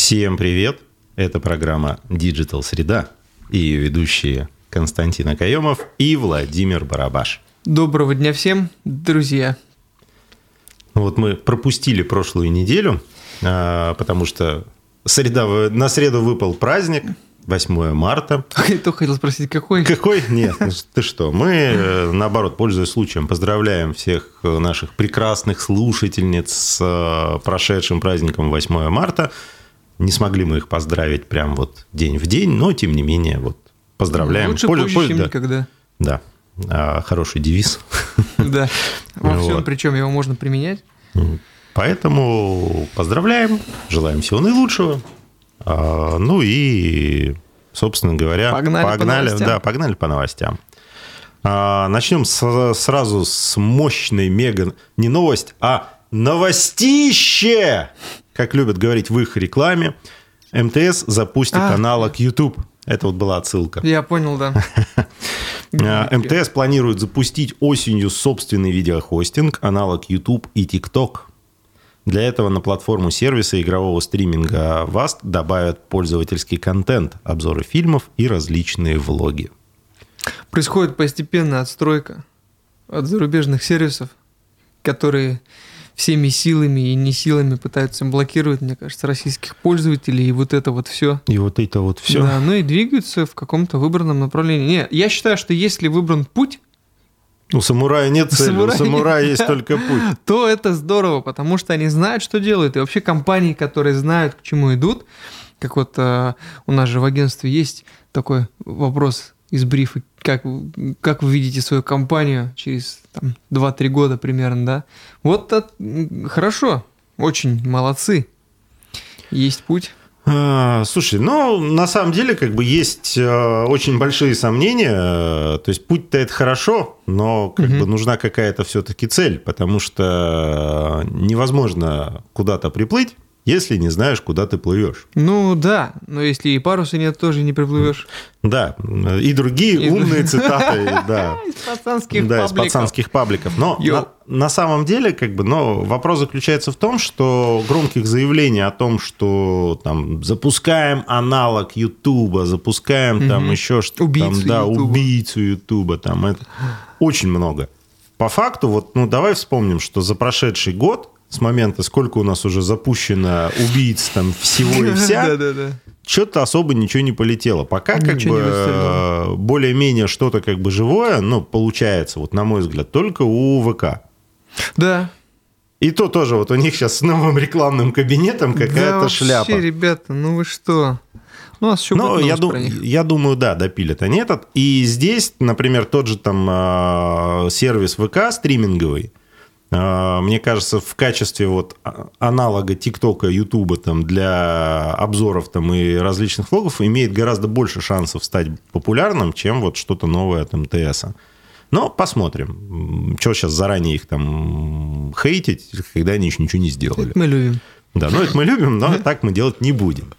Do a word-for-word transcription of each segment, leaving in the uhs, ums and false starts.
Всем привет! Это программа Digital Среда и ее ведущие Константин Акаемов и Владимир Барабаш. Доброго дня всем, друзья! Вот мы пропустили прошлую неделю, потому что среда, на среду выпал праздник, восьмое марта. Я только хотел спросить, какой? Какой? Нет, ты что? Мы, наоборот, пользуясь случаем, поздравляем всех наших прекрасных слушательниц с прошедшим праздником восьмое марта. Не смогли мы их поздравить прям вот день в день, но, тем не менее, вот поздравляем. Лучше Пользу, позже, пользу, чем да. никогда. Да, а, хороший девиз. Да, во всем, Вот. причем его можно применять. Поэтому поздравляем, желаем всего наилучшего. А, ну и, собственно говоря, Погнали по погнали, новостям. да, погнали по новостям. А, начнем с, сразу с мощной мега... Не новость, а новостище! Как любят говорить в их рекламе, эм тэ эс запустит А. аналог YouTube. Это вот была отсылка. Я понял, да. эм тэ эс планирует запустить осенью собственный видеохостинг, аналог YouTube и TikTok. Для этого на платформу сервиса игрового стриминга Vast добавят пользовательский контент, обзоры фильмов и различные влоги. Происходит постепенная отстройка от зарубежных сервисов, которые всеми силами и не силами пытаются блокировать, мне кажется, российских пользователей, и вот это вот все. И вот это вот все. Да, ну и двигаются в каком-то выбранном направлении. Не, я считаю, что если выбран путь, У самурая нет цели, Самурай- у самурая есть только путь. то это здорово, потому что они знают, что делают. И вообще компании, которые знают, к чему идут, как вот э, у нас же в агентстве есть такой вопрос из брифа, как, как вы видите свою компанию через там, два-три года примерно, да? Вот от- м, хорошо, очень молодцы. Есть путь. А, Слушай, ну, на самом деле, как бы есть э, очень большие сомнения. Э, То есть, путь-то это хорошо, но как Мгм. бы нужна какая-то все-таки цель, потому что невозможно куда-то приплыть, если не знаешь, куда ты плывешь. Ну да, но если и паруса нет, тоже не приплывешь. Да, и другие И- умные цитаты, да. Из пацанских Да, из пабликов. пацанских пабликов. Но Йоу. на, на самом деле, как бы, но вопрос заключается в том, что громких заявлений о том, что там запускаем аналог Ютуба, запускаем там Мгм. еще что-то, Убийцу там, да, Ютуба. убийцу Ютуба, там это очень много. По факту, вот, ну, давай вспомним, что за прошедший год, с момента, сколько у нас уже запущено убийц там всего и вся, Да-да-да. что-то особо ничего не полетело. Пока как Ничего бы не выстрелило. э, более-менее что-то как бы живое, ну, получается, вот на мой взгляд, только у ВК. Да. И то тоже вот у них сейчас с новым рекламным кабинетом какая-то Да вообще, шляпа. ребята, ну вы что? Ну, у нас еще Но будет я, новость ду- про них. я думаю, да, допилят они этот. И здесь, например, тот же там э, сервис ВК стриминговый, э, мне кажется, в качестве вот а- аналога ТикТока, Ютуба там для обзоров там и различных влогов имеет гораздо больше шансов стать популярным, чем вот что-то новое от эм тэ эса. Но посмотрим. Что сейчас заранее их там хейтить, когда они еще ничего не сделали. Это мы любим Да, ну это мы любим, но так мы делать не будем.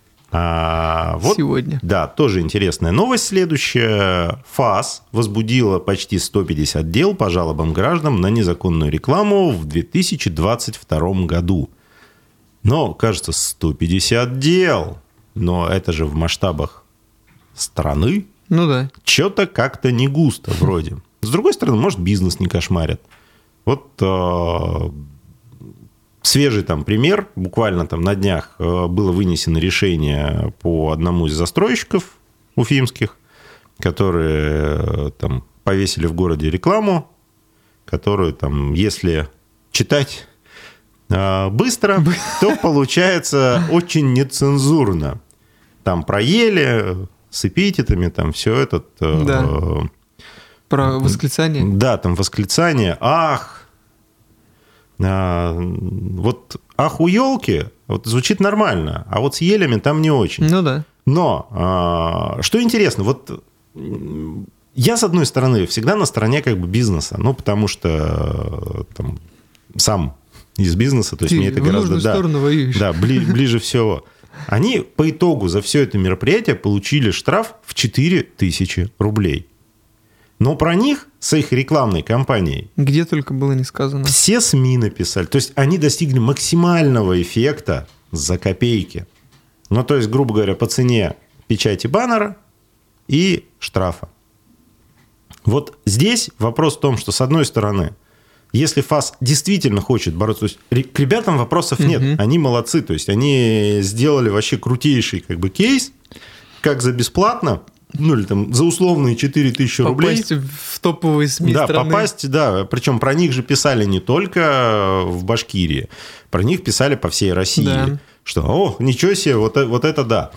А, вот, сегодня. да, тоже интересная новость следующая. ФАС возбудила почти сто пятьдесят дел по жалобам граждан на незаконную рекламу в две тысячи двадцать втором году. Но, кажется, сто пятьдесят дел. Но это же в масштабах страны. Ну да. Что-то как-то не густо вроде. С другой стороны, может, бизнес не кошмарят. Вот э, свежий там пример. Буквально там на днях э, было вынесено решение по одному из застройщиков уфимских, которые э, там повесили в городе рекламу, которую там, если читать э, быстро, то получается очень нецензурно. Там про ели с эпитетами, там все этот... э, Да. Про восклицание. да, там восклицание, ах, а, вот ах у елки, вот звучит нормально, а вот с елями там не очень. Ну да. Но а, что интересно, вот м, я, с одной стороны, всегда на стороне как бы бизнеса, ну, потому что э, там, сам из бизнеса, то есть Ты мне это в гораздо... нужную Да, сторону воюешь. да, бли- ближе всего. Они по итогу за все это мероприятие получили штраф в четыре тысячи рублей. Но про них с их рекламной кампанией Где только было не сказано. все СМИ написали. То есть они достигли максимального эффекта за копейки. Ну, то есть, грубо говоря, по цене печати баннера и штрафа. Вот здесь вопрос в том, что, с одной стороны, если ФАС действительно хочет бороться, то есть к ребятам вопросов нет, угу. они молодцы, то есть они сделали вообще крутейший как бы кейс, как за бесплатно, ну или там за условные четыре тысячи рублей. Попасть в топовые СМИ да, страны. попасть, да, причем про них же писали не только в Башкирии, про них писали по всей России, да. что, о, ничего себе, вот, вот это да.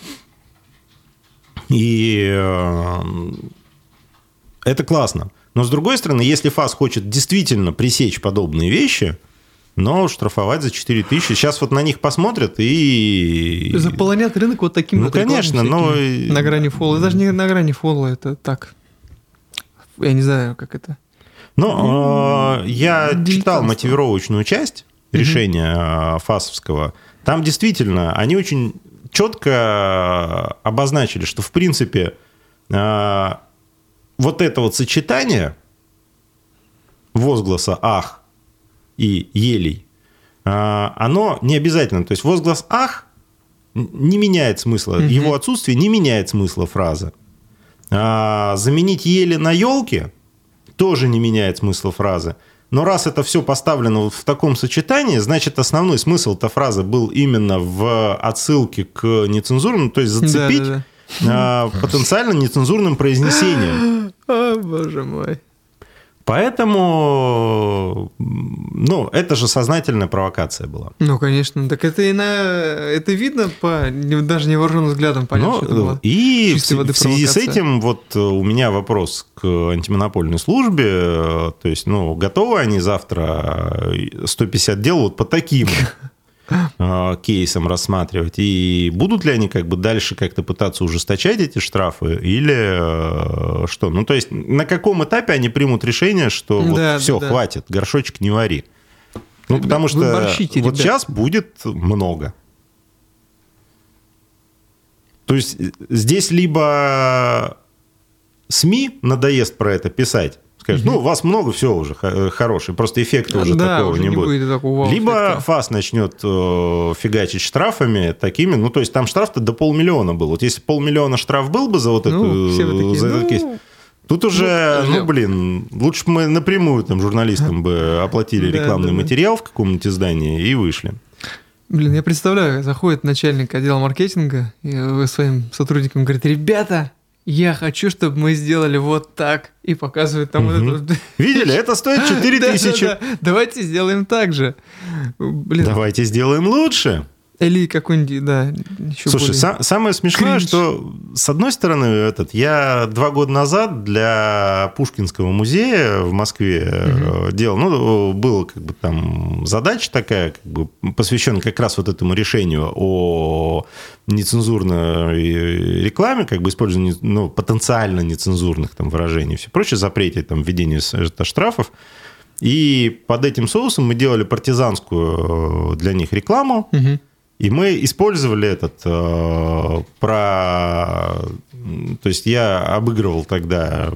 И э, это классно. Но, с другой стороны, если ФАС хочет действительно пресечь подобные вещи, но штрафовать за четыре тысячи, сейчас вот на них посмотрят и... Заполонят рынок вот таким ну, вот конечно, но... на грани фола. Даже не на грани фола, это так. Я не знаю, как это. Ну, э, я читал мотивировочную часть решения угу. ФАСовского. Там действительно они очень четко обозначили, что, в принципе, э, вот это вот сочетание возгласа «ах» и «елей», оно не обязательно. То есть возглас «ах» не меняет смысла, угу. его отсутствие не меняет смысла фразы. А заменить «ели» на «елки» тоже не меняет смысла фразы. Но раз это все поставлено вот в таком сочетании, значит, основной смысл этой фразы был именно в отсылке к нецензурному, то есть зацепить да, да, да. потенциально нецензурным произнесением. О, боже мой. Поэтому, ну, это же сознательная провокация была. Ну, конечно. Так это и на... это видно по даже невооруженным взглядам, понятно, что это было. И в, в связи с этим вот у меня вопрос к антимонопольной службе. То есть, ну, готовы они завтра сто пятьдесят дел вот по таким кейсам рассматривать? И будут ли они как бы дальше как-то пытаться ужесточать эти штрафы? Или что? Ну, то есть, на каком этапе они примут решение, что вот да, все, да, да. хватит, горшочек не вари? Ну, потому что борщите, вот ребят. Сейчас будет много. То есть, здесь либо СМИ надоест про это писать, скажешь, ну, вас много, все уже хороший, просто эффекта уже да, такого уже не, не будет. будет такого либо эффекта. ФАС начнет э, фигачить штрафами такими, ну, то есть там штраф-то до полмиллиона был. Вот если полмиллиона штраф был бы за вот ну, эту, такие, за ну, этот кейс, тут уже, ну, ну, блин, лучше бы мы напрямую там журналистам бы оплатили рекламный да, да, материал в каком-нибудь издании и вышли. Блин, я представляю, заходит начальник отдела маркетинга и своим сотрудникам говорит, ребята, я хочу, чтобы мы сделали вот так. И показывают там... Угу. Вот это... Видели? Это стоит четыре тысячи. Да, да, да. Давайте сделаем так же. Блин. Давайте сделаем лучше. Или какой-нибудь, да, еще Слушай, более... сам, самое смешное, кринж. Что, с одной стороны, этот, я два года назад для Пушкинского музея в Москве угу. делал, ну, была как бы там задача такая, как бы посвященная как раз вот этому решению о нецензурной рекламе, как бы использовании, ну, потенциально нецензурных там выражений и все прочее, запрете там введения штрафов. И под этим соусом мы делали партизанскую для них рекламу. Угу. И мы использовали этот э, про... То есть я обыгрывал тогда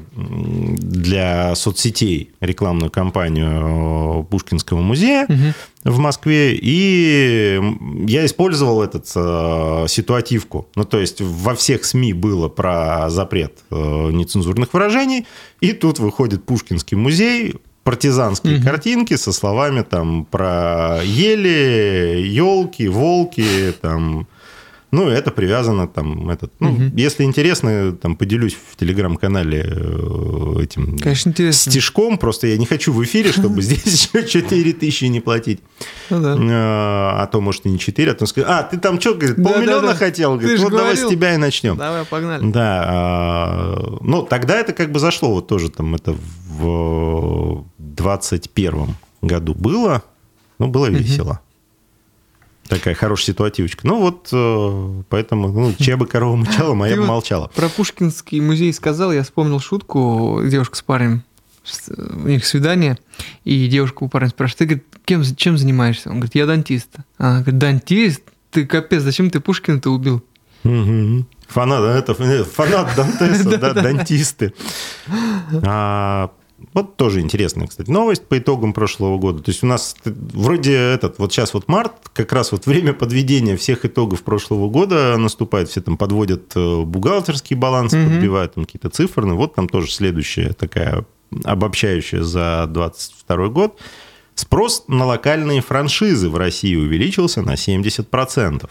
для соцсетей рекламную кампанию Пушкинского музея угу. в Москве, и я использовал этот э, ситуативку. Ну, то есть во всех СМИ было про запрет э, нецензурных выражений, и тут выходит Пушкинский музей, партизанские угу. картинки со словами там про ели, елки, волки, там, ну, это привязано там, этот, ну, угу. если интересно, там, поделюсь в телеграм-канале этим Конечно, стишком, просто я не хочу в эфире, чтобы здесь еще четыре тысячи не платить, ну, да. а то, может, и не четыре, а то скажет, а, ты там что, говорит, полмиллиона да, да, да. хотел, говорит, вот давай с тебя и начнем. Давай, погнали. Да, ну, тогда это как бы зашло, вот тоже там это в двадцать первом году было, ну, было весело. Угу. Такая хорошая ситуативочка. Ну, вот поэтому, ну, чья бы корова мычала, моя бы молчала. Про Пушкинский музей сказал, я вспомнил шутку, девушка с парнем, у них свидание, и девушка у парня спрашивает, ты, говорит, кем, чем занимаешься? Он говорит, я дантист. Она говорит, дантист? Ты капец, зачем ты Пушкина-то убил? Угу. Фанат, это, фанат Дантеса, да, дантисты. Вот тоже интересная, кстати, новость по итогам прошлого года. То есть у нас вроде этот, вот сейчас вот март, как раз вот время подведения всех итогов прошлого года наступает. Все там подводят бухгалтерский баланс, mm-hmm. подбивают там какие-то цифры. Ну, вот там тоже следующая такая обобщающая за двадцать второй год. Спрос на локальные франшизы в России увеличился на семьдесят процентов.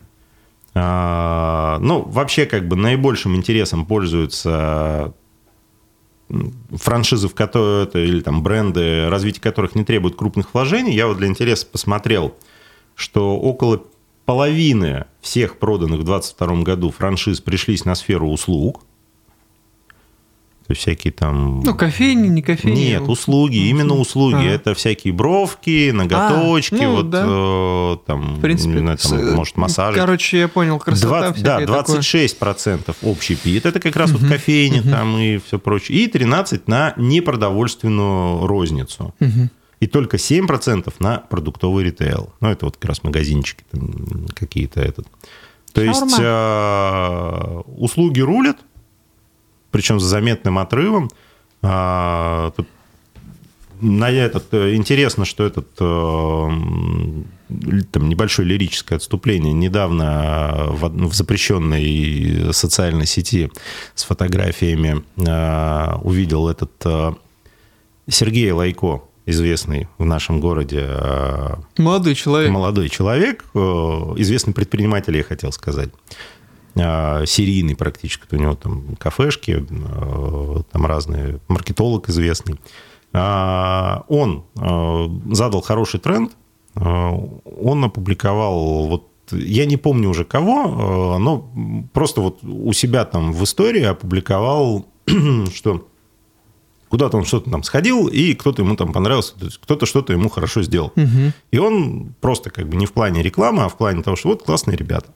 А, ну, вообще, как бы наибольшим интересом пользуются франшизы, в которые, или там бренды, развитие которых не требует крупных вложений. Я вот для интереса посмотрел, что около половины всех проданных в двадцать втором году франшиз пришлись на сферу услуг. То есть всякие там... Ну, кофейни, не кофейни. Нет, услуги, услуги. Именно услуги. А. Это всякие бровки, ноготочки, а, ну, вот да. там, в принципе, знаю, там, может, массажи. Короче, я понял, красота двадцать, да, двадцать шесть процентов такое. Общий пит. Это как раз uh-huh. вот кофейни uh-huh. там и все прочее. И тринадцать процентов на непродовольственную розницу. Uh-huh. И только семь процентов на продуктовый ритейл. Ну, это вот как раз магазинчики там, какие-то. Этот. То Шаурма. Есть э, услуги рулят, причем с заметным отрывом. Тут на этот, интересно, что этот там, небольшое лирическое отступление. Недавно в, в запрещенной социальной сети с фотографиями увидел этот Сергей Лайко, известный в нашем городе. Молодой человек. Молодой человек, известный предприниматель, я хотел сказать. Серийный практически, у него там кафешки, там разные, маркетолог известный. Он задал хороший тренд, он опубликовал, вот, я не помню уже кого, но просто вот у себя там в истории опубликовал, что куда-то он что-то там сходил, и кто-то ему там понравился, то есть кто-то что-то ему хорошо сделал. Угу. И он просто как бы не в плане рекламы, а в плане того, что вот классные ребята.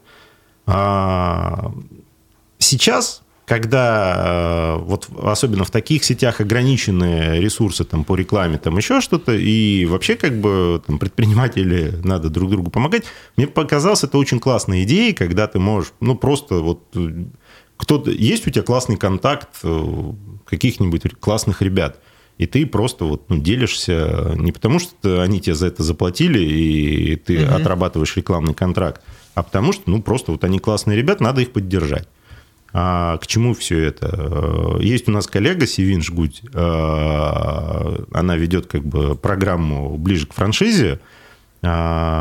Сейчас, когда вот особенно в таких сетях ограниченные ресурсы там, по рекламе, там еще что-то, и вообще как бы там, предприниматели надо друг другу помогать, мне показалось это очень классной идеей, когда ты можешь, ну просто вот кто-то, есть у тебя классный контакт каких-нибудь классных ребят, и ты просто вот, ну, делишься не потому, что они тебе за это заплатили, и ты угу. отрабатываешь рекламный контракт, а потому что, ну, просто вот они классные ребята, надо их поддержать. А к чему все это? Есть у нас коллега Севин Жгуть, она ведет как бы программу «Ближе к франшизе». Ну,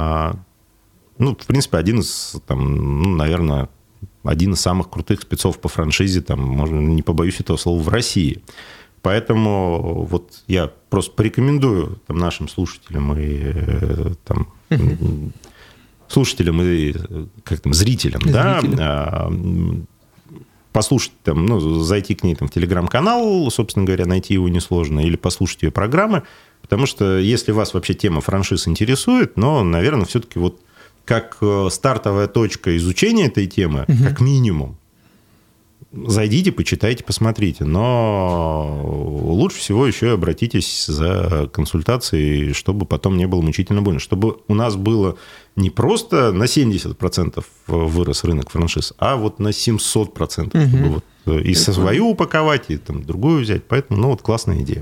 в принципе, один из, там, ну, наверное, один из самых крутых спецов по франшизе, там, можно, не побоюсь этого слова, в России. Поэтому вот я просто порекомендую там, нашим слушателям и там, слушателям и как там, зрителям, Зрители. да, послушать, там, ну, зайти к ней там, в телеграм-канал, собственно говоря, найти его несложно, или послушать ее программы, потому что если вас вообще тема франшиз интересует, но, наверное, все-таки вот как стартовая точка изучения этой темы, угу. как минимум, зайдите, почитайте, посмотрите. Но лучше всего еще и обратитесь за консультацией, чтобы потом не было мучительно больно. Чтобы у нас было не просто на семьдесят процентов вырос рынок франшиз, а вот на семьсот процентов. Угу. Чтобы вот и со свою упаковать, и там другую взять. Поэтому, ну, вот классная идея.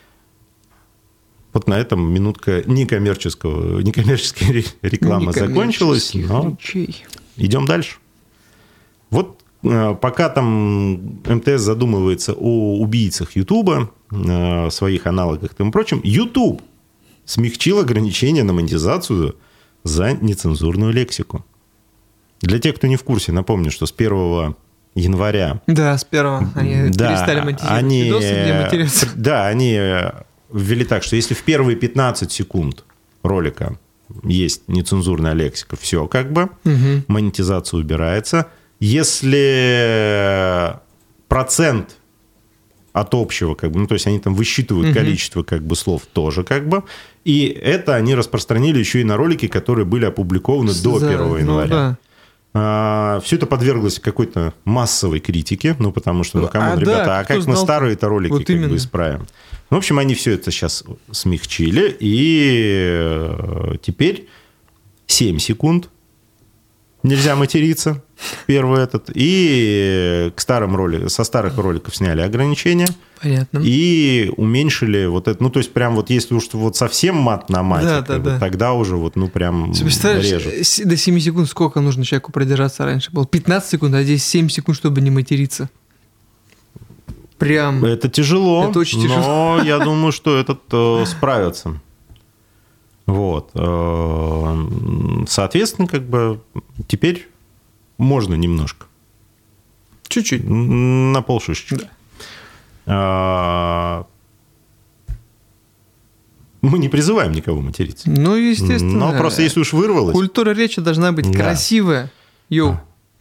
Вот на этом минутка некоммерческого, некоммерческой рекламы закончилась. Но речей. Идем дальше. Вот пока там эм тэ эс задумывается о убийцах Ютуба, своих аналогах и тому прочем, YouTube смягчил ограничения на монетизацию за нецензурную лексику. Для тех, кто не в курсе, напомню, что с первого января... Да, с первого они да, перестали монетизировать они, видосы, где матерятся. Да, они ввели так, что если в первые пятнадцать секунд ролика есть нецензурная лексика, все как бы, угу. монетизация убирается. Если процент от общего, как бы, ну, то есть они там высчитывают угу. количество как бы, слов тоже, как бы, и это они распространили еще и на ролики, которые были опубликованы За, до первого января. Ну, да. а, все это подверглось какой-то массовой критике, ну, потому что, ну, камон, а, ребята, да, а как мы старые-то ролики вот как именно. бы исправим? Ну, в общем, они все это сейчас смягчили, и теперь семь секунд нельзя материться. первый этот, и к старым роликам, со старых роликов сняли ограничения. Понятно. И уменьшили вот это, ну, то есть прям вот если уж вот совсем мат на мате, Да, да, бы, да. тогда уже вот, ну, прям Ты представляешь, режут. с- до семи секунд сколько нужно человеку продержаться раньше? Было пятнадцать секунд, а здесь семь секунд, чтобы не материться. Прям... Это тяжело, Это очень но тяжело. я думаю, что этот э, справится. Вот. Э, Соответственно, как бы теперь можно немножко. Чуть-чуть. На полшишечки. Да. А, Мы не призываем никого материться. Ну, естественно. Но просто если уж вырвалось, Культура речи должна быть Да. красивая. Йоу.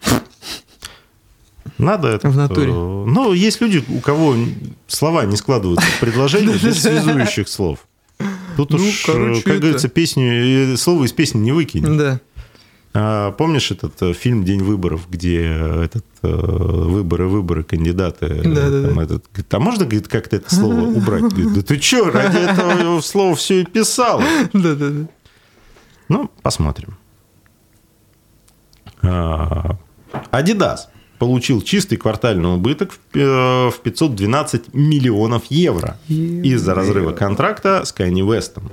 надо это... В натуре. Ну, есть люди, у кого слова не складываются в предложение без связующих слов. Тут Ну, уж, короче, как это- говорится, песню, э, слово из песни не выкинь. Да. А, помнишь этот э, фильм «День выборов», где э, этот, э, выборы, выборы, кандидаты, э, Да-да-да. там, этот, говорит, а можно, говорит, как-то это слово убрать? Говорит, да ты что, ради этого слова все и писал. Да-да-да. Ну, посмотрим. А, Adidas получил чистый квартальный убыток в пе- в пятьсот двенадцать миллионов евро из-за разрыва контракта с Канье Уэстом.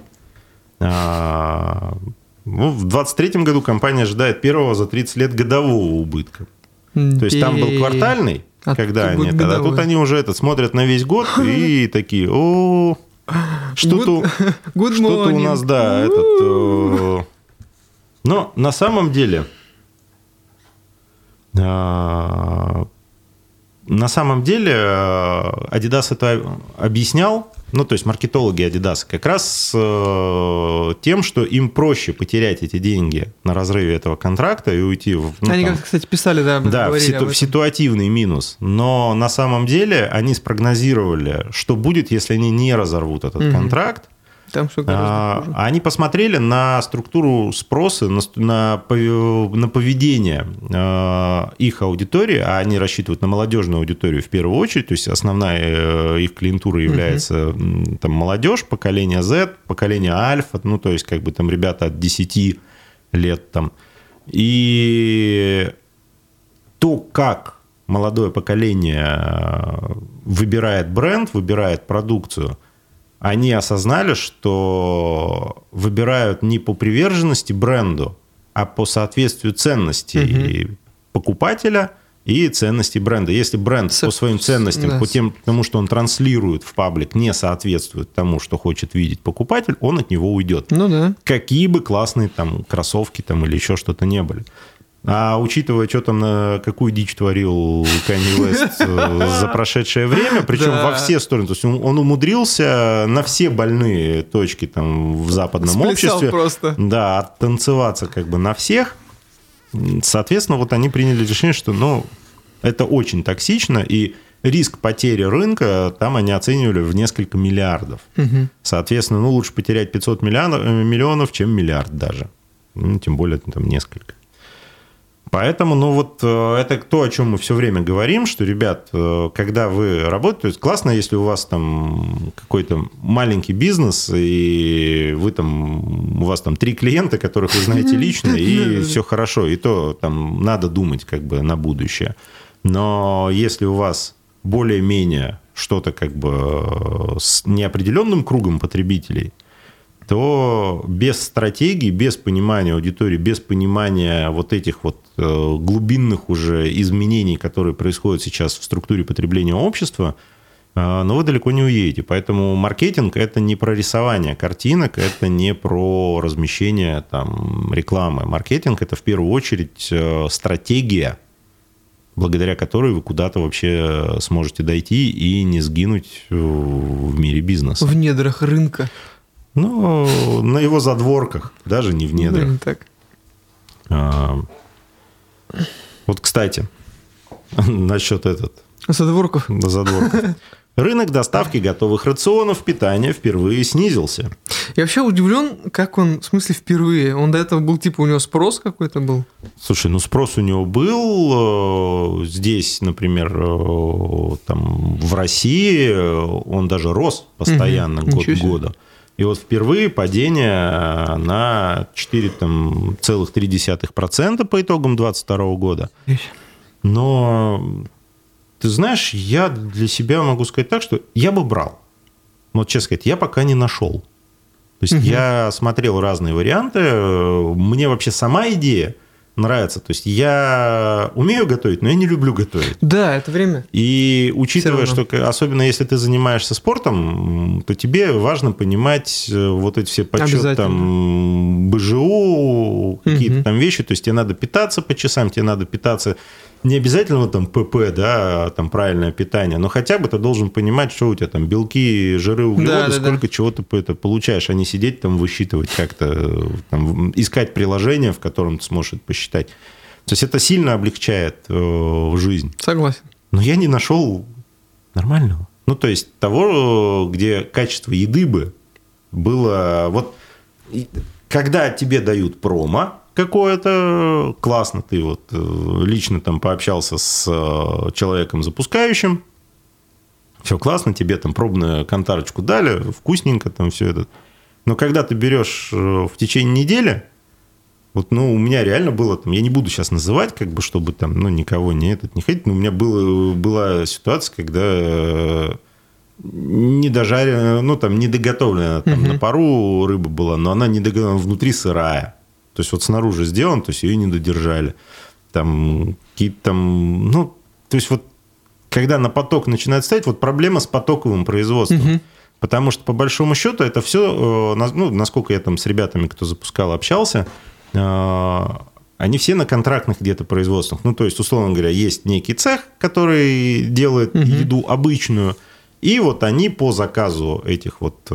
А, ну, в двадцать третьем году компания ожидает первого за тридцать лет годового убытка. То есть там был квартальный, А когда тут они это, а годовой. тут они уже этот смотрят на весь год и такие, о, что-то, Good что-то у morning. нас, да, этот. э, Но на самом деле, э, на самом деле э, Adidas это объяснял, ну, то есть маркетологи Adidas, как раз э, тем, что им проще потерять эти деньги на разрыве этого контракта и уйти в... ну, Они там, как-то, кстати, писали, да, да, в, говорили ситу- об в этом. ситуативный минус. Но на самом деле они спрогнозировали, что будет, если они не разорвут этот Мгм. контракт. Там все гораздо А, хуже. Они посмотрели на структуру спроса, на, ст- на пов- на поведение э, их аудитории, а они рассчитывают на молодежную аудиторию в первую очередь, то есть основная э, их клиентура является м, там, молодежь, поколение Z, поколение Альфа, ну, то есть как бы там ребята от десяти лет там. И то, как молодое поколение э, выбирает бренд, выбирает продукцию, они осознали, что выбирают не по приверженности бренду, а по соответствию ценностей Мгм. покупателя и ценностей бренда. Если бренд Со- по своим ценностям, да. по тем, тому, что он транслирует в паблик, не соответствует тому, что хочет видеть покупатель, он от него уйдет. Ну да. Какие бы классные там кроссовки там, или еще что-то не были. А учитывая, что там, на какую дичь творил Канье Уэст э, за прошедшее время, причем Да. во все стороны, то есть он, он умудрился на все больные точки там в западном Сплясал обществе, просто. да, оттанцеваться как бы на всех. Соответственно, вот они приняли решение, что, ну, это очень токсично, и риск потери рынка там они оценивали в несколько миллиардов. Мгм. Соответственно, ну, лучше потерять пятьсот миллионов, э, миллионов, чем миллиард даже. Ну, тем более там несколько. Поэтому, ну вот э, это то, о чем мы все время говорим, что, ребят, э, когда вы работаете, то есть классно, если у вас там какой-то маленький бизнес, и вы там, у вас там три клиента, которых вы знаете лично, и все хорошо, и то там надо думать как бы на будущее. Но если у вас более-менее что-то как бы с неопределенным кругом потребителей, то без стратегии, без понимания аудитории, без понимания вот этих вот э, глубинных уже изменений, которые происходят сейчас в структуре потребления общества, э, ну, вы далеко не уедете. Поэтому маркетинг – это не про рисование картинок, это не про размещение там, рекламы. Маркетинг – это в первую очередь э, стратегия, благодаря которой вы куда-то вообще сможете дойти и не сгинуть в мире бизнеса. В недрах рынка. Ну, на его задворках, даже не в недрах. Блин, так. А, Вот, кстати, насчет этот, Задворков. задворков. Рынок доставки готовых рационов питания впервые снизился. Я вообще удивлен, как он, в смысле, впервые. Он до этого был, типа, у него спрос какой-то был. Слушай, ну спрос у него был. э, Здесь, например, э, там, в России он даже рос постоянно Мгм. год Ничего к себе. году. И вот впервые падение на четыре целых три десятых процента по итогам двадцать второго года. Но, ты знаешь, я для себя могу сказать так, что я бы брал. Но, вот, честно сказать, я пока не нашел. То есть, угу. я смотрел разные варианты. Мне вообще сама идея нравится. То есть, я умею готовить, но я не люблю готовить. Да, это время. И учитывая, что особенно если ты занимаешься спортом, то тебе важно понимать вот эти все подсчеты, там, бэ жэ у, какие-то угу. там вещи. То есть, тебе надо питаться по часам, тебе надо питаться... Не обязательно вот там пэ пэ, да, там правильное питание, но хотя бы ты должен понимать, что у тебя там белки, жиры, углеводы, да, да, сколько да. чего ты это получаешь, а не сидеть там высчитывать как-то, там, искать приложение, в котором ты сможешь это посчитать. То есть это сильно облегчает э, жизнь. Согласен. Но я не нашел нормального. Ну, то есть того, где качество еды бы было... Вот когда тебе дают промо, какое-то, классно, ты вот лично там пообщался с человеком запускающим, все классно, тебе там пробную кантарочку дали, вкусненько там все это. Но когда ты берешь в течение недели, вот, ну, у меня реально было там, я не буду сейчас называть, как бы, чтобы там, ну, никого не этот не ходить, но у меня было, была ситуация, когда не дожаренная, ну, там, недоготовленная там, угу. на пару рыба была, но она недоготовленная, внутри сырая. То есть, вот снаружи сделан, то есть, ее не додержали. Там какие-то там... Ну, то есть, вот когда на поток начинает ставить, вот проблема с потоковым производством. Угу. Потому что, по большому счету, это все... Ну, насколько я там с ребятами, кто запускал, общался, они все на контрактных где-то производствах. Ну, то есть, условно говоря, есть некий цех, который делает угу. еду обычную, и вот они по заказу этих вот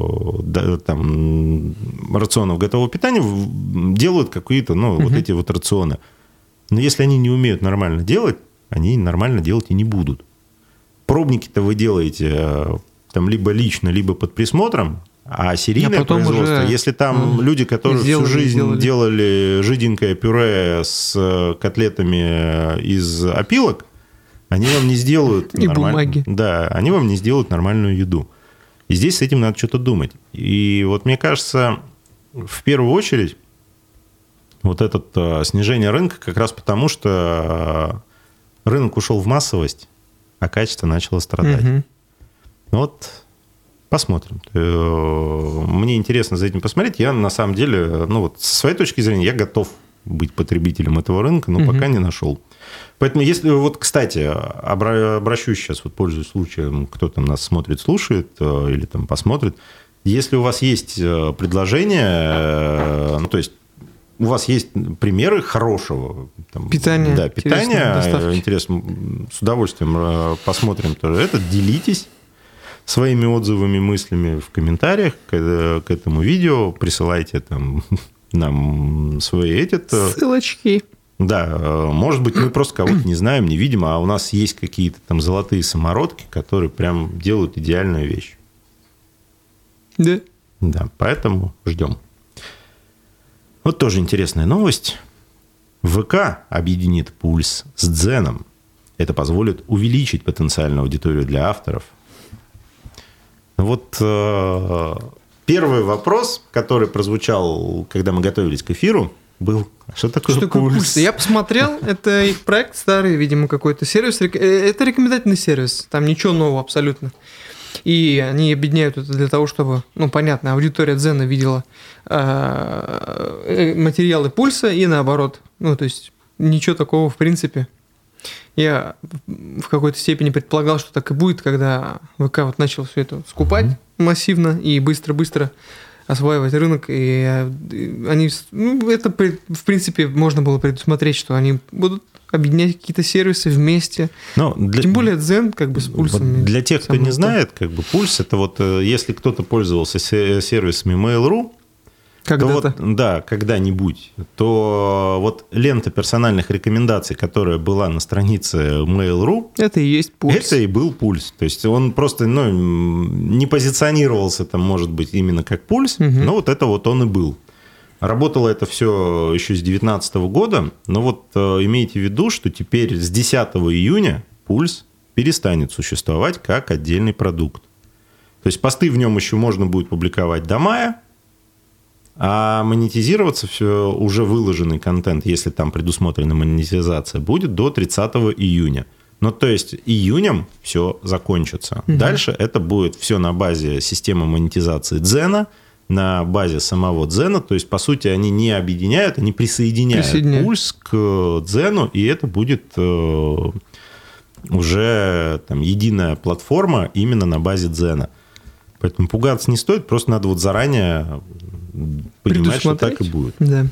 там, рационов готового питания делают какие-то, ну, угу. вот эти вот рационы. Но если они не умеют нормально делать, они нормально делать и не будут. Пробники-то вы делаете там либо лично, либо под присмотром, а серийное а производство, если там м- люди, которые сделали, всю жизнь сделали. делали жиденькое пюре с котлетами из опилок, они вам не сделают... И нормаль... бумаги. Да, они вам не сделают нормальную еду. И здесь с этим надо что-то думать. И вот мне кажется, в первую очередь, вот это а, снижение рынка как раз потому, что а, рынок ушел в массовость, а качество начало страдать. Угу. Вот посмотрим. Мне интересно за этим посмотреть. Я на самом деле, ну вот со своей точки зрения, я готов быть потребителем этого рынка, но угу. пока не нашел. Поэтому, если вот, кстати, обращусь сейчас, вот пользуясь случаем, кто там нас смотрит, слушает или там посмотрит, если у вас есть предложение, ну, то есть у вас есть примеры хорошего там, питания, да, питания, интересно, с удовольствием посмотрим тоже это, делитесь своими отзывами, мыслями в комментариях к, к этому видео, присылайте там нам свои эти... ссылочки. Да, может быть, мы просто кого-то не знаем, не видим, а у нас есть какие-то там золотые самородки, которые прям делают идеальную вещь. Да. Да, поэтому ждем. Вот тоже интересная новость. ВК объединит Пульс с Дзеном. Это позволит увеличить потенциальную аудиторию для авторов. Вот э, первый вопрос, который прозвучал, когда мы готовились к эфиру, был: что такое что Пульс? Пульс? Я посмотрел, это их проект старый, видимо, какой-то сервис. Это рекомендательный сервис, там ничего нового абсолютно. И они объединяют это для того, чтобы, ну, понятно, аудитория Дзена видела э, материалы Пульса и наоборот. Ну, то есть ничего такого в принципе. Я в какой-то степени предполагал, что так и будет, когда ВК вот начал все это скупать mm-hmm. массивно и быстро-быстро осваивать рынок, и они, ну, это, в принципе, можно было предусмотреть, что они будут объединять какие-то сервисы вместе. Но для, Тем более Дзен как бы с пульсами. Для тех, кто не знает, как бы Пульс, это вот если кто-то пользовался сервисами Mail.ru, когда-то. Вот, да, когда-нибудь, то вот лента персональных рекомендаций, которая была на странице Mail.ru, это и есть Пульс. Это и был Пульс. То есть он просто, ну, не позиционировался там, может быть, именно как Пульс, угу. но вот это вот он и был. Работало это все еще с две тысячи девятнадцатого года, но вот имейте в виду, что теперь с десятого июня Пульс перестанет существовать как отдельный продукт. То есть посты в нем еще можно будет публиковать до мая, А монетизироваться все уже выложенный контент, если там предусмотрена монетизация, будет до тридцатого июня. Ну, то есть июнем все закончится. Угу. Дальше это будет все на базе системы монетизации Дзена, на базе самого Дзена. То есть, по сути, они не объединяют, они присоединяют, присоединяют. Пульс к Дзену, и это будет э, уже там, единая платформа именно на базе Дзена. Поэтому пугаться не стоит, просто надо вот заранее понимать, что так и будет. Да.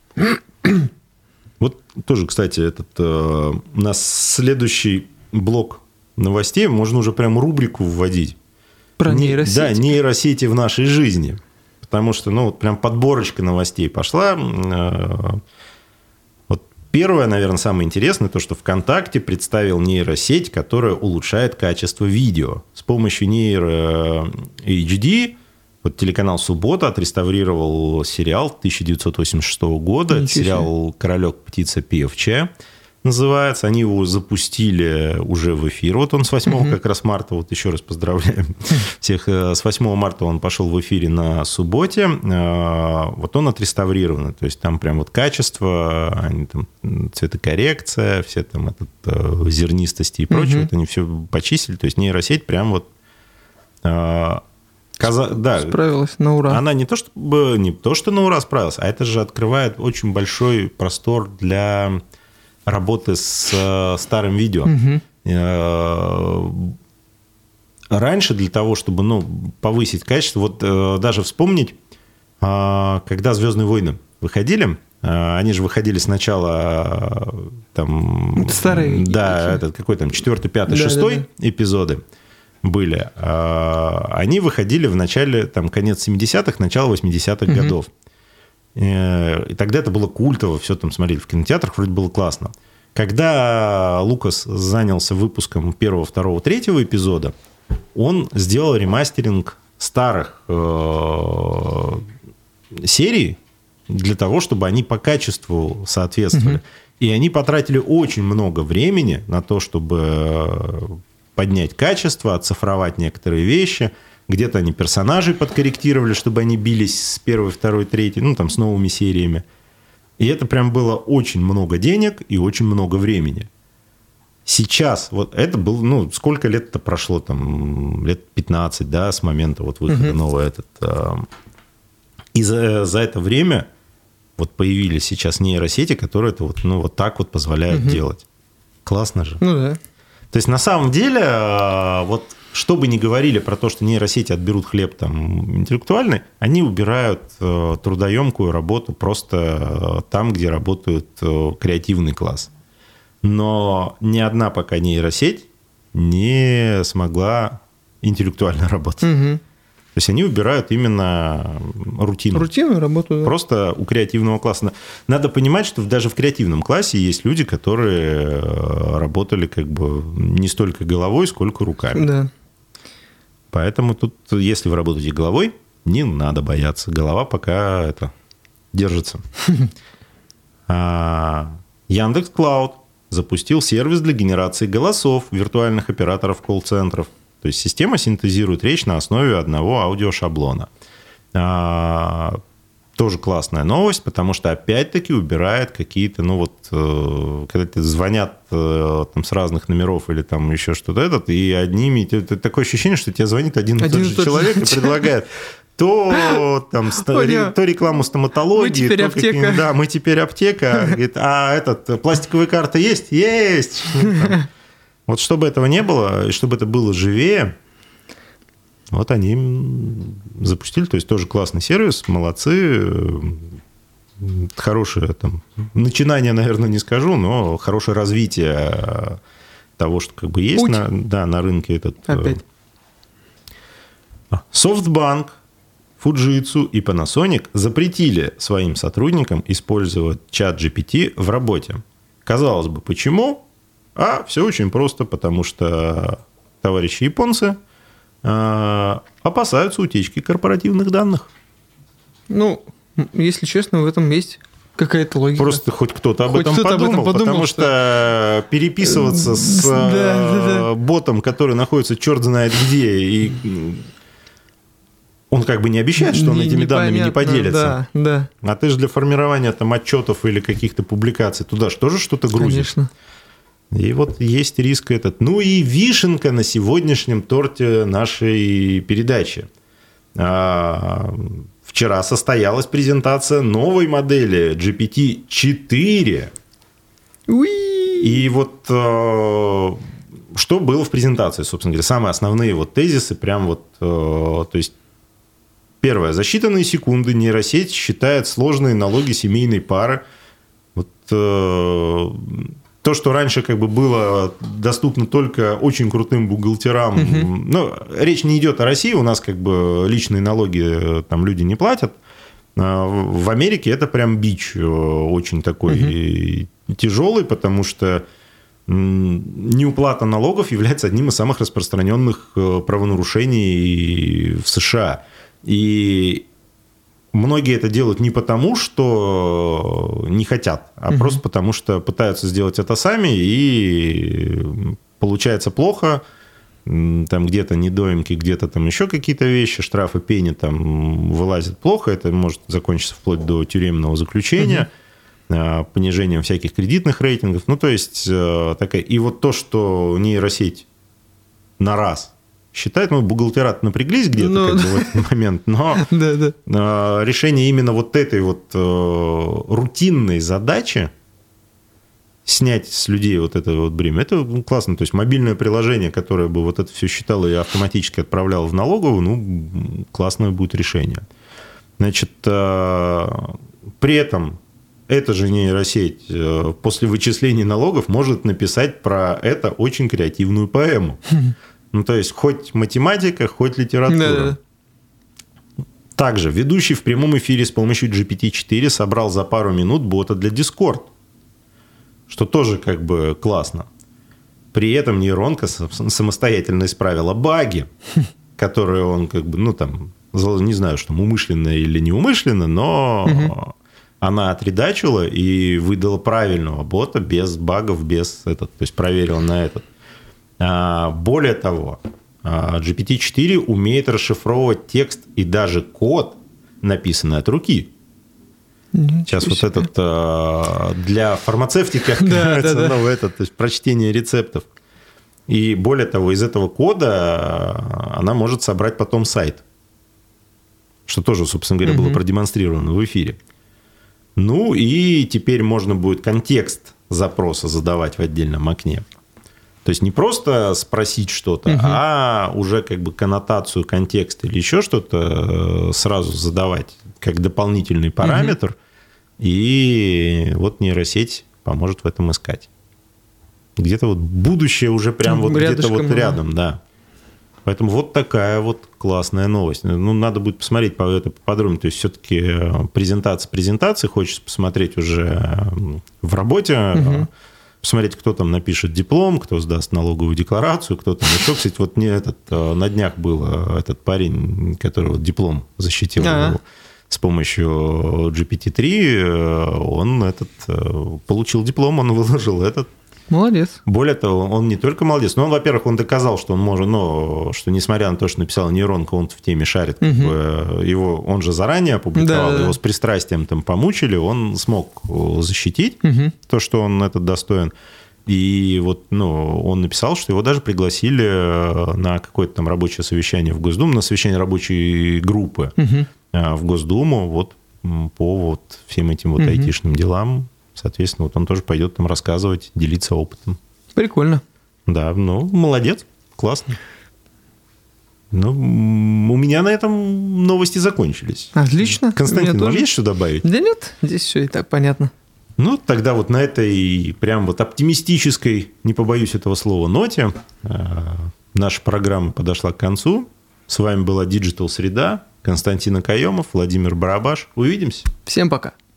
Вот тоже, кстати, этот, э, у нас следующий блок новостей, можно уже прям рубрику вводить. Про нейросети. Да, нейросети в нашей жизни. Потому что, ну, вот прям подборочка новостей пошла. Э, вот первое, наверное, самое интересное, то, что ВКонтакте представил нейросеть, которая улучшает качество видео. С помощью нейро эйч ди вот телеканал «Суббота» отреставрировал сериал тысяча девятьсот восемьдесят шестого года. Это сериал «Королек, птица певчая» называется. Они его запустили уже в эфир. Вот он с восьмого uh-huh. как раз марта, вот еще раз поздравляем всех. С восьмого марта он пошел в эфире на «Субботе». Вот он отреставрирован. То есть там прям вот качество, они там, цветокоррекция, все там этот, зернистости и прочее. Uh-huh. Вот они все почистили. То есть нейросеть прям вот... Каза... Да, справилась на ура. Она не то, чтобы, не то, что на ура справилась, а это же открывает очень большой простор для работы с старым видео. Угу. Раньше для того, чтобы ну, повысить качество, вот даже вспомнить, когда «Звездные войны» выходили, они же выходили сначала там... Старые. Да, этот, какой там, четвертый, пятый, да, шестой да, да. эпизоды были, они выходили в начале, там, конец семидесятых, начало восьмидесятых угу. годов. И тогда это было культово, все там смотрели в кинотеатрах, вроде было классно. Когда Лукас занялся выпуском первого, второго, третьего эпизода, он сделал ремастеринг старых э, серий для того, чтобы они по качеству соответствовали. Угу. И они потратили очень много времени на то, чтобы... поднять качество, оцифровать некоторые вещи. Где-то они персонажей подкорректировали, чтобы они бились с первой, второй, третьей, ну, там, с новыми сериями. И это прям было очень много денег и очень много времени. Сейчас, вот это было, ну, сколько лет-то прошло, там, лет пятнадцать, да, с момента вот выхода uh-huh. нового этот. И за, за это время вот появились сейчас нейросети, которые это вот, ну, вот так вот позволяют uh-huh. делать. Классно же. Ну, да. То есть, на самом деле, вот что бы ни говорили про то, что нейросети отберут хлеб там, интеллектуальный, они убирают трудоемкую работу просто там, где работает креативный класс. Но ни одна пока нейросеть не смогла интеллектуально работать. Угу. То есть, они убирают именно рутину. Рутинную работу, да. Просто у креативного класса. Надо понимать, что даже в креативном классе есть люди, которые работали как бы не столько головой, сколько руками. Да. Поэтому тут, если вы работаете головой, не надо бояться. Голова пока это держится. Яндекс.Клауд запустил сервис для генерации голосов виртуальных операторов колл-центров. То есть система синтезирует речь на основе одного аудиошаблона. А, тоже классная новость, потому что опять-таки убирает какие-то, ну вот, э, когда тебе звонят э, там, с разных номеров или там еще что-то этот, и одними... Это такое ощущение, что тебе звонит один и один тот же тот человек и предлагает то, там, Ой, то рекламу стоматологии. Мы теперь то аптека. Да, мы теперь аптека. Говорит, а этот, пластиковая карта есть? Есть! Вот чтобы этого не было, и чтобы это было живее, вот они запустили. То есть тоже классный сервис, молодцы. Хорошее там начинание, наверное, не скажу, но хорошее развитие того, что как бы есть на, да, на рынке. Этот. Опять. Софтбанк, Fujitsu и Panasonic запретили своим сотрудникам использовать чат джи пи ти в работе. Казалось бы, почему? А все очень просто, потому что товарищи японцы э, опасаются утечки корпоративных данных. Ну, если честно, в этом есть какая-то логика. Просто хоть кто-то об, хоть этом, кто-то подумал, об этом подумал, потому что, что переписываться с да, да, да. ботом, который находится черт знает где, и он как бы не обещает, что он Не- этими данными не непонятно, поделится. Да, да, А ты же для формирования там отчетов или каких-то публикаций туда же тоже что-то грузишь. конечно. И вот есть риск этот. Ну и вишенка на сегодняшнем торте нашей передачи. А, Вчера состоялась презентация новой модели джи пи ти четыре. Уи! И вот э, что было в презентации, собственно говоря, самые основные вот тезисы, прям вот, э, то есть, первое, за считанные секунды нейросеть считает сложные налоги семейной пары. Вот э, то, что раньше как бы было доступно только очень крутым бухгалтерам, угу. Ну, речь не идет о России, у нас как бы личные налоги там люди не платят. В Америке это прям бич очень такой угу. тяжелый, потому что неуплата налогов является одним из самых распространенных правонарушений в США. И многие это делают не потому, что не хотят, а угу. просто потому, что пытаются сделать это сами, и получается плохо. Там где-то недоимки, где-то там еще какие-то вещи, штрафы, пени там вылазят плохо. Это может закончиться вплоть до тюремного заключения, угу. понижением всяких кредитных рейтингов. Ну, то есть, такая... И вот то, что нейросеть на раз считает, ну, бухгалтера напряглись где-то ну, как бы в этот момент, но да, да. решение именно вот этой вот рутинной задачи снять с людей вот это вот бремя, это классно. То есть мобильное приложение, которое бы вот это все считало и автоматически отправляло в налоговую, ну, классное будет решение. Значит, при этом эта же нейросеть после вычисления налогов может написать про это очень креативную поэму. Ну, то есть, хоть математика, хоть литература. Да. Также ведущий в прямом эфире с помощью джи пи ти четыре собрал за пару минут бота для Discord, что тоже как бы классно. При этом нейронка самостоятельно исправила баги, которые он как бы, ну, там, не знаю, что умышленно или неумышленно, но угу. она отредачила и выдала правильного бота без багов, без этот, то есть проверила на этот. Более того, джи пи ти четыре умеет расшифровывать текст и даже код, написанный от руки. Ничего Сейчас себе. Вот этот для фармацевтики открывается да, да, новый да. этот, то есть прочтение рецептов. И более того, из этого кода она может собрать потом сайт, что тоже, собственно говоря, угу. было продемонстрировано в эфире. Ну и теперь можно будет контекст запроса задавать в отдельном окне. То есть не просто спросить что-то, угу. а уже как бы коннотацию, контекст или еще что-то сразу задавать как дополнительный параметр, угу. и вот нейросеть поможет в этом искать. Где-то вот будущее уже прям вот где-то вот рядом, да. Поэтому вот такая вот классная новость. Ну, надо будет посмотреть по это поподробнее. То есть все-таки презентация презентации, хочется посмотреть уже в работе, угу. посмотреть, кто там напишет диплом, кто сдаст налоговую декларацию, кто там еще. Кстати, вот мне этот, на днях был этот парень, который вот диплом защитил его с помощью джи пи ти три, он этот, получил диплом, он выложил этот. Молодец. Более того, он не только молодец, но он, во-первых, он доказал, что он может, но что несмотря на то, что написал нейронка, он в теме шарит, как угу. бы, его, он же заранее опубликовал, да, его с пристрастием там помучили, он смог защитить угу. то, что он этот достоин. И вот, ну, он написал, что его даже пригласили на какое-то там рабочее совещание в Госдуму, на совещание рабочей группы угу. в Госдуму вот по вот всем этим вот угу. айтишным делам. Соответственно, вот он тоже пойдет там рассказывать, делиться опытом. Прикольно. Да, ну, молодец, классно. Ну, у меня на этом новости закончились. Отлично. Константин, вам есть что добавить? Да нет, здесь все и так понятно. Ну, тогда вот на этой прям вот оптимистической, не побоюсь этого слова, ноте наша программа подошла к концу. С вами была Digital Среда, Константин Акаемов, Владимир Барабаш. Увидимся. Всем пока.